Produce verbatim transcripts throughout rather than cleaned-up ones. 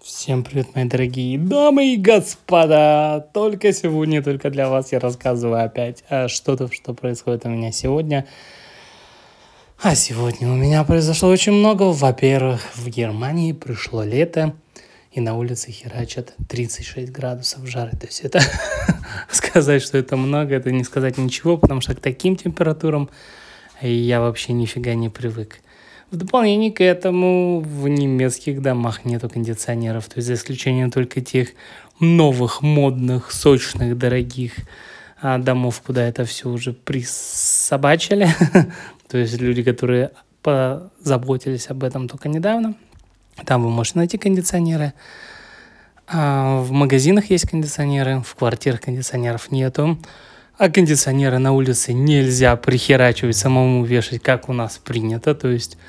Всем привет, мои дорогие дамы и господа! Только сегодня, только для вас я рассказываю опять а, что-то, что происходит у меня сегодня. А сегодня у меня произошло очень много. Во-первых, в Германии пришло лето, и на улице херачат тридцать шесть градусов жары. То есть это сказать, что это много, это не сказать ничего, потому что к таким температурам я вообще нифига не привык. В дополнение к этому в немецких домах нету кондиционеров, то есть за исключением только тех новых, модных, сочных, дорогих а, домов, куда это все уже присобачили. То есть люди, которые позаботились об этом только недавно. Там вы можете найти кондиционеры. А в магазинах есть кондиционеры, в квартирах кондиционеров нету. А кондиционеры на улице нельзя прихерачивать, самому вешать, как у нас принято. То есть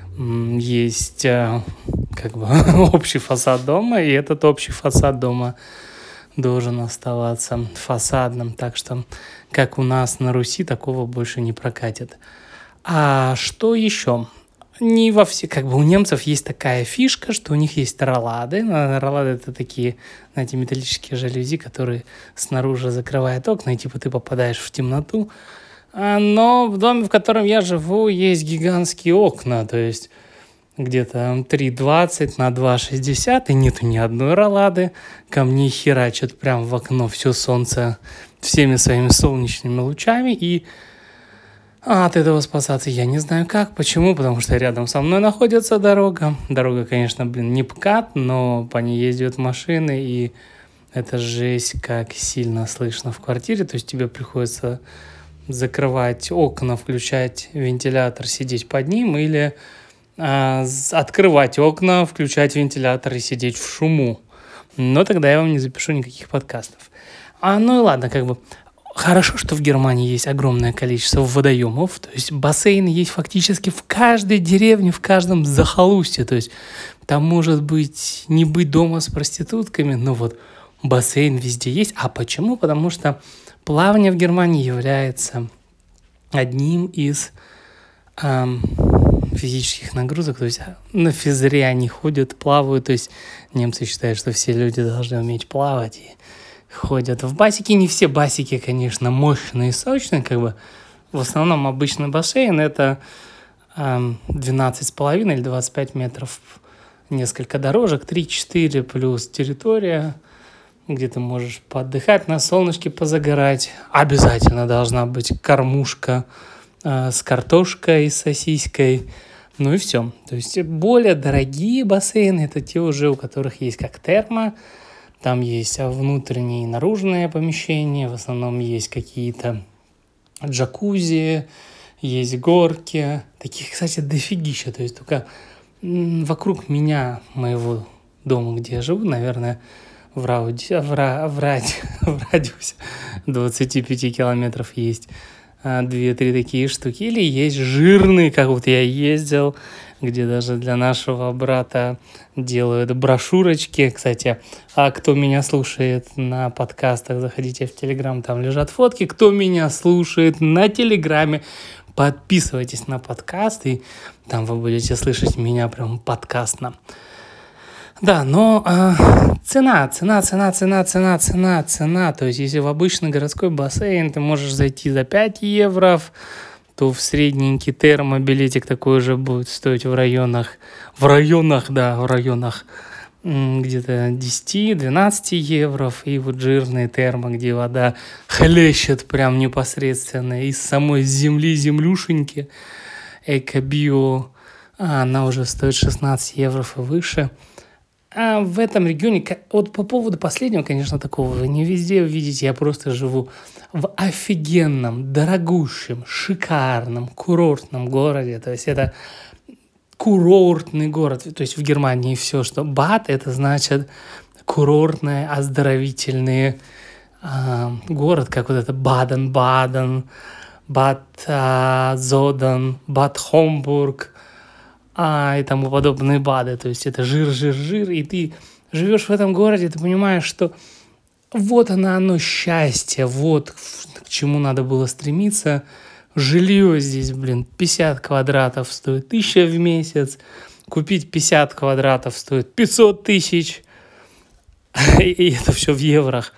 есть как бы общий фасад дома, и этот общий фасад дома должен оставаться фасадным. Так что, как у нас на Руси, такого больше не прокатит. А что еще? Не во все, как бы у немцев есть такая фишка, что у них есть роллады. Роллады — это такие, знаете, металлические жалюзи, которые снаружи закрывают окна, и типа ты попадаешь в темноту. Но в доме, в котором я живу, есть гигантские окна, то есть где-то три двадцать на два шестьдесят, и нету ни одной роллады. Ко мне херачат прям в окно все солнце всеми своими солнечными лучами, и А от этого спасаться я не знаю как. Почему? Потому что рядом со мной находится дорога. Дорога, конечно, блин, не ПКАТ, но по ней ездят машины, и это жесть, как сильно слышно в квартире. То есть тебе приходится закрывать окна, включать вентилятор, сидеть под ним, или а, открывать окна, включать вентилятор и сидеть в шуму. Но тогда я вам не запишу никаких подкастов. А ну и ладно, как бы... Хорошо, что в Германии есть огромное количество водоемов, то есть бассейны есть фактически в каждой деревне, в каждом захолустье, то есть там может быть не быть дома с проститутками, но вот бассейн везде есть. А почему? Потому что плавание в Германии является одним из эм, физических нагрузок, то есть на физре они ходят, плавают, то есть немцы считают, что все люди должны уметь плавать, и ходят в басики. Не все басики, конечно, мощные и сочные, как бы в основном обычный бассейн это э, двенадцать с половиной или двадцать пять метров, несколько дорожек, три-четыре плюс территория, где ты можешь поотдыхать, на солнышке позагорать. Обязательно должна быть кормушка э, с картошкой, с сосиской, ну и все. То есть более дорогие бассейны это те уже, у которых есть как термо. Там есть внутренние и наружные помещения, в основном есть какие-то джакузи, есть горки. Таких, кстати, дофигища. То есть только вокруг меня, моего дома, где я живу, наверное, в, рауди, в, ра, в, ради, в радиусе двадцать пять километров есть две-три такие штуки. Или есть жирные, как вот я ездил, где даже для нашего брата делают брошюрочки. Кстати, а кто меня слушает на подкастах, заходите в Телеграм, там лежат фотки. Кто меня слушает на Телеграме, подписывайтесь на подкаст, и там вы будете слышать меня прям подкастно. Да, но э, цена, цена, цена, цена, цена, цена, цена. То есть, если в обычный городской бассейн ты можешь зайти за пять евро, то в средненький термобилетик такой же будет стоить в районах, в районах, да, в районах где-то десять-двенадцать евро. И вот жирный термо, где вода хлещет прям непосредственно из самой земли, землюшеньки, эко-био, она уже стоит шестнадцать евро и выше. А в этом регионе, вот по поводу последнего, конечно, такого вы не везде увидите. Я просто живу в офигенном, дорогущем, шикарном, курортном городе. То есть это курортный город. То есть в Германии все, что Бад, это значит курортный, оздоровительный э, город, как вот это Баден-Баден, Бад-Зоден, Бад-Хомбург, а, и тому подобные БАДы. То есть это жир, жир, жир. И ты живешь в этом городе, ты понимаешь, что вот оно, оно счастье, вот к чему надо было стремиться. Жилье здесь, блин, пятьдесят квадратов стоит тысяча в месяц. Купить пятьдесят квадратов стоит пятьсот тысяч. и это все в еврох.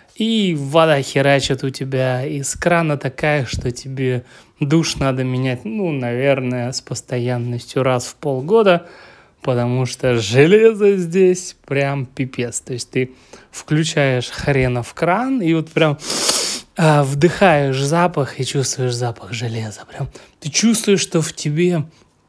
И вода херачит у тебя из крана такая, что тебе душ надо менять, ну, наверное, с постоянностью раз в полгода, потому что железо здесь прям пипец. То есть ты включаешь хренов кран и вот прям а, вдыхаешь запах и чувствуешь запах железа. Прям ты чувствуешь, что в тебе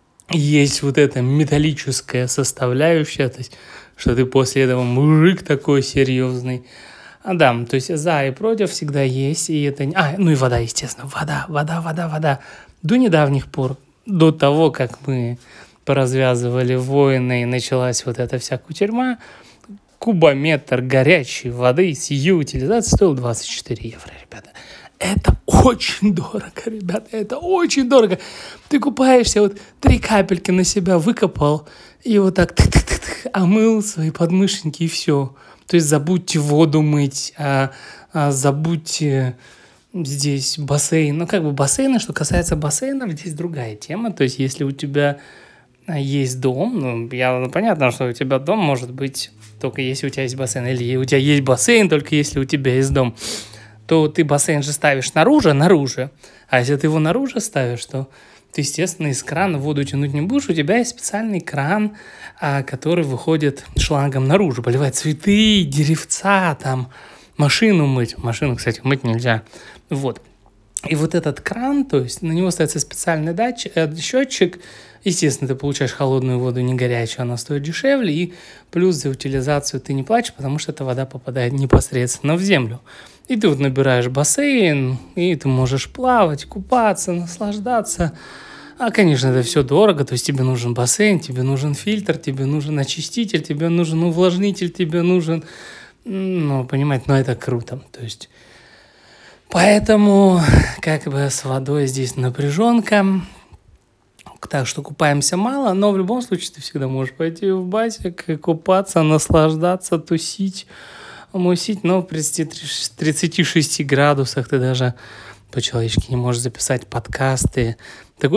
есть вот эта металлическая составляющая, то есть что ты после этого мужик такой серьезный. А, да, то есть за и против всегда есть, и это... А, ну и вода, естественно, вода, вода, вода, вода. До недавних пор, до того, как мы поразвязывали войны и началась вот эта вся кутерьма, кубометр горячей воды с ее утилизацией стоил двадцать четыре евро, ребята. Это очень дорого, ребята, это очень дорого. Ты купаешься, вот три капельки на себя выкопал, и вот так омыл свои подмышники, и все. То есть забудьте воду мыть, а, а забудьте здесь бассейн. Ну, как бы бассейны, что касается бассейнов, здесь другая тема. То есть если у тебя есть дом, ну, я, ну, понятно, что у тебя дом может быть только если у тебя есть бассейн, или у тебя есть бассейн только если у тебя есть дом, то ты бассейн же ставишь наружу, наружу. А если ты его наружу ставишь, то ты, естественно, из крана воду тянуть не будешь. У тебя есть специальный кран, а, который выходит шлангом наружу. Поливает цветы, деревца, там, машину мыть. Машину, кстати, мыть нельзя. Вот. И вот этот кран, то есть на него ставится специальный датчик, э, счетчик. Естественно, ты получаешь холодную воду, не горячую, она стоит дешевле. И плюс за утилизацию ты не платишь, потому что эта вода попадает непосредственно в землю. И ты вот набираешь бассейн, и ты можешь плавать, купаться, наслаждаться. А, конечно, это все дорого, то есть тебе нужен бассейн, тебе нужен фильтр, тебе нужен очиститель, тебе нужен увлажнитель, тебе нужен... Ну, понимаете, но это круто, то есть... Поэтому, как бы, с водой здесь напряженка, так что купаемся мало, но в любом случае ты всегда можешь пойти в басик и купаться, наслаждаться, тусить, мусить, но при тридцати шести градусах ты даже по-человечески не можешь записать подкасты. Такой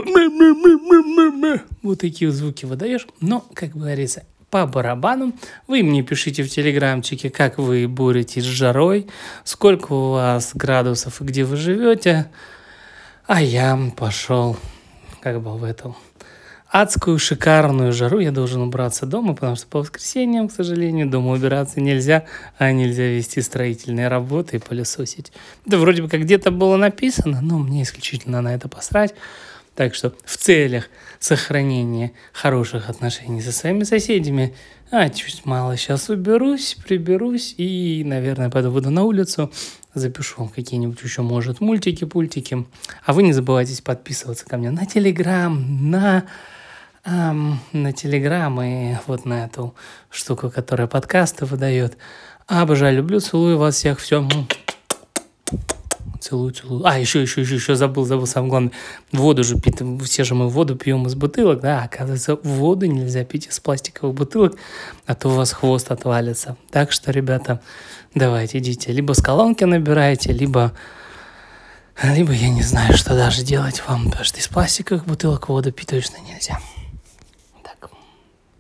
вот такие звуки выдаешь. Но, как говорится, по барабану. Вы мне пишите в телеграмчике, как вы боретесь с жарой, сколько у вас градусов и где вы живете. А я пошел как бы в эту адскую шикарную жару. Я должен убраться дома, потому что по воскресеньям, к сожалению, дома убираться нельзя, а нельзя вести строительные работы и пылесосить. Это вроде бы как где-то было написано, но мне исключительно на это посрать. Так что в целях сохранения хороших отношений со своими соседями, а чуть мало сейчас уберусь, приберусь и, наверное, пойду буду на улицу, запишу вам какие-нибудь еще, может, мультики-пультики. А вы не забывайте подписываться ко мне на Телеграм, на, эм, на Телеграм и вот на эту штуку, которая подкасты выдает. Обожаю, люблю, целую вас всех, все. Целую, целую. А, еще, еще, еще, еще забыл, забыл, самое главное. Воду же пить, все же мы воду пьем из бутылок, да, оказывается, воду нельзя пить из пластиковых бутылок, а то у вас хвост отвалится. Так что, ребята, давайте, идите, либо с колонки набирайте, либо, либо я не знаю, что даже делать вам, потому что из пластиковых бутылок воду пить точно нельзя.